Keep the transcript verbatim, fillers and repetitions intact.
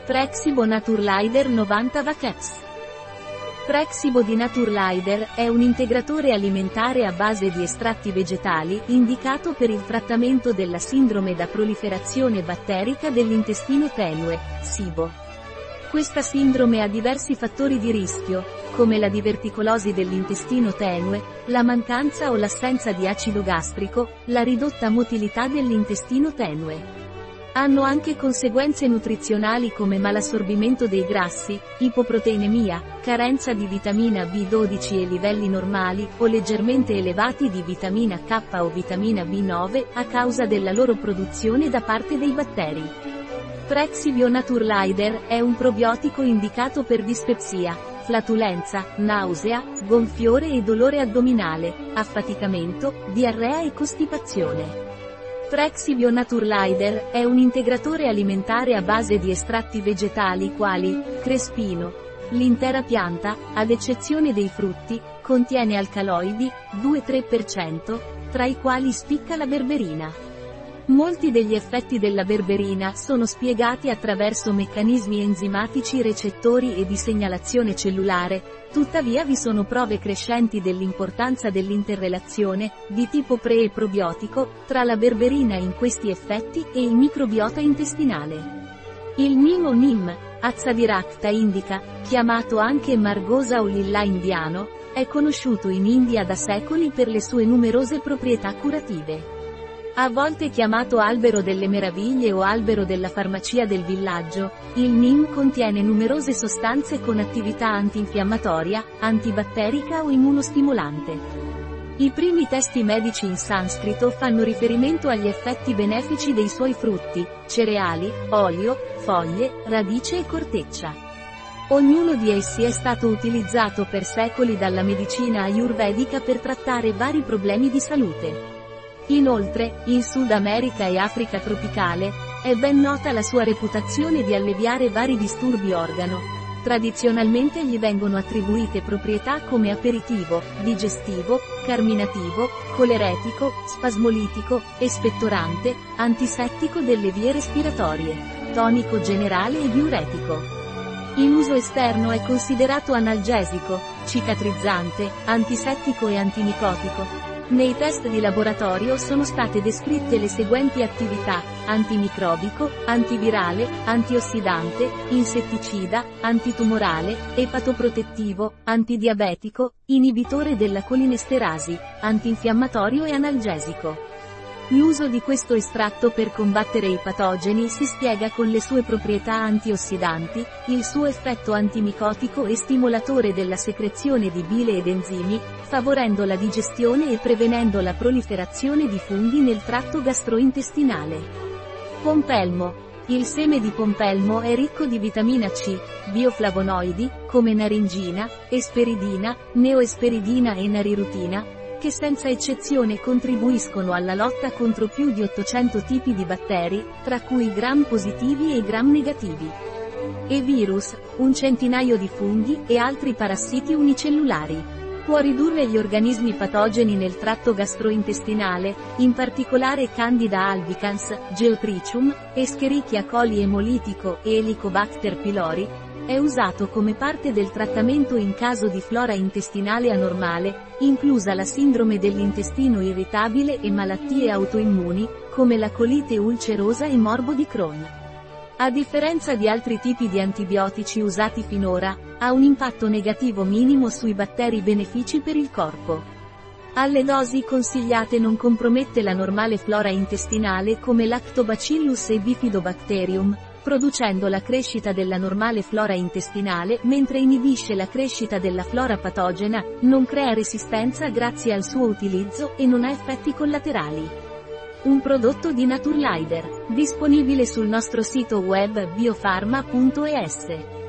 Prexibo Naturlider novanta Vacex. Prexibo di Naturlider è un integratore alimentare a base di estratti vegetali, indicato per il trattamento della sindrome da proliferazione batterica dell'intestino tenue, S I B O. Questa sindrome ha diversi fattori di rischio, come la diverticolosi dell'intestino tenue, la mancanza o l'assenza di acido gastrico, la ridotta motilità dell'intestino tenue. Hanno anche conseguenze nutrizionali come malassorbimento dei grassi, ipoproteinemia, carenza di vitamina B dodici e livelli normali o leggermente elevati di vitamina K o vitamina B nove a causa della loro produzione da parte dei batteri. Prexibio Naturlider è un probiotico indicato per dispepsia, flatulenza, nausea, gonfiore e dolore addominale, affaticamento, diarrea e costipazione. Prexibio Naturlider è un integratore alimentare a base di estratti vegetali quali crespino. L'intera pianta, ad eccezione dei frutti, contiene alcaloidi, due tre per cento, tra i quali spicca la berberina. Molti degli effetti della berberina sono spiegati attraverso meccanismi enzimatici recettori e di segnalazione cellulare, tuttavia vi sono prove crescenti dell'importanza dell'interrelazione, di tipo pre- e probiotico, tra la berberina in questi effetti e il microbiota intestinale. Il Neem o Neem, Azadirachta indica, chiamato anche margosa o lilla indiano, è conosciuto in India da secoli per le sue numerose proprietà curative. A volte chiamato albero delle meraviglie o albero della farmacia del villaggio, il Neem contiene numerose sostanze con attività antinfiammatoria, antibatterica o immunostimolante. I primi testi medici in sanscrito fanno riferimento agli effetti benefici dei suoi frutti, cereali, olio, foglie, radice e corteccia. Ognuno di essi è stato utilizzato per secoli dalla medicina ayurvedica per trattare vari problemi di salute. Inoltre, in Sud America e Africa tropicale, è ben nota la sua reputazione di alleviare vari disturbi organo. Tradizionalmente gli vengono attribuite proprietà come aperitivo, digestivo, carminativo, coleretico, spasmolitico, espettorante, antisettico delle vie respiratorie, tonico generale e diuretico. In uso esterno è considerato analgesico, cicatrizzante, antisettico e antimicotico. Nei test di laboratorio sono state descritte le seguenti attività: antimicrobico, antivirale, antiossidante, insetticida, antitumorale, epatoprotettivo, antidiabetico, inibitore della colinesterasi, antinfiammatorio e analgesico. L'uso di questo estratto per combattere i patogeni si spiega con le sue proprietà antiossidanti, il suo effetto antimicotico e stimolatore della secrezione di bile ed enzimi, favorendo la digestione e prevenendo la proliferazione di funghi nel tratto gastrointestinale. Pompelmo. Il seme di pompelmo è ricco di vitamina C, bioflavonoidi, come naringina, esperidina, neoesperidina e narirutina, che senza eccezione contribuiscono alla lotta contro più di ottocento tipi di batteri, tra cui gram positivi e gram negativi. E virus, un centinaio di funghi e altri parassiti unicellulari. Può ridurre gli organismi patogeni nel tratto gastrointestinale, in particolare Candida albicans, Geotrichium, Escherichia coli emolitico e Helicobacter pylori. È usato come parte del trattamento in caso di flora intestinale anormale, inclusa la sindrome dell'intestino irritabile e malattie autoimmuni, come la colite ulcerosa e morbo di Crohn. A differenza di altri tipi di antibiotici usati finora, ha un impatto negativo minimo sui batteri benefici per il corpo. Alle dosi consigliate non compromette la normale flora intestinale come Lactobacillus e Bifidobacterium, producendo la crescita della normale flora intestinale mentre inibisce la crescita della flora patogena, non crea resistenza grazie al suo utilizzo e non ha effetti collaterali. Un prodotto di Naturlider, disponibile sul nostro sito web biofarma punto es.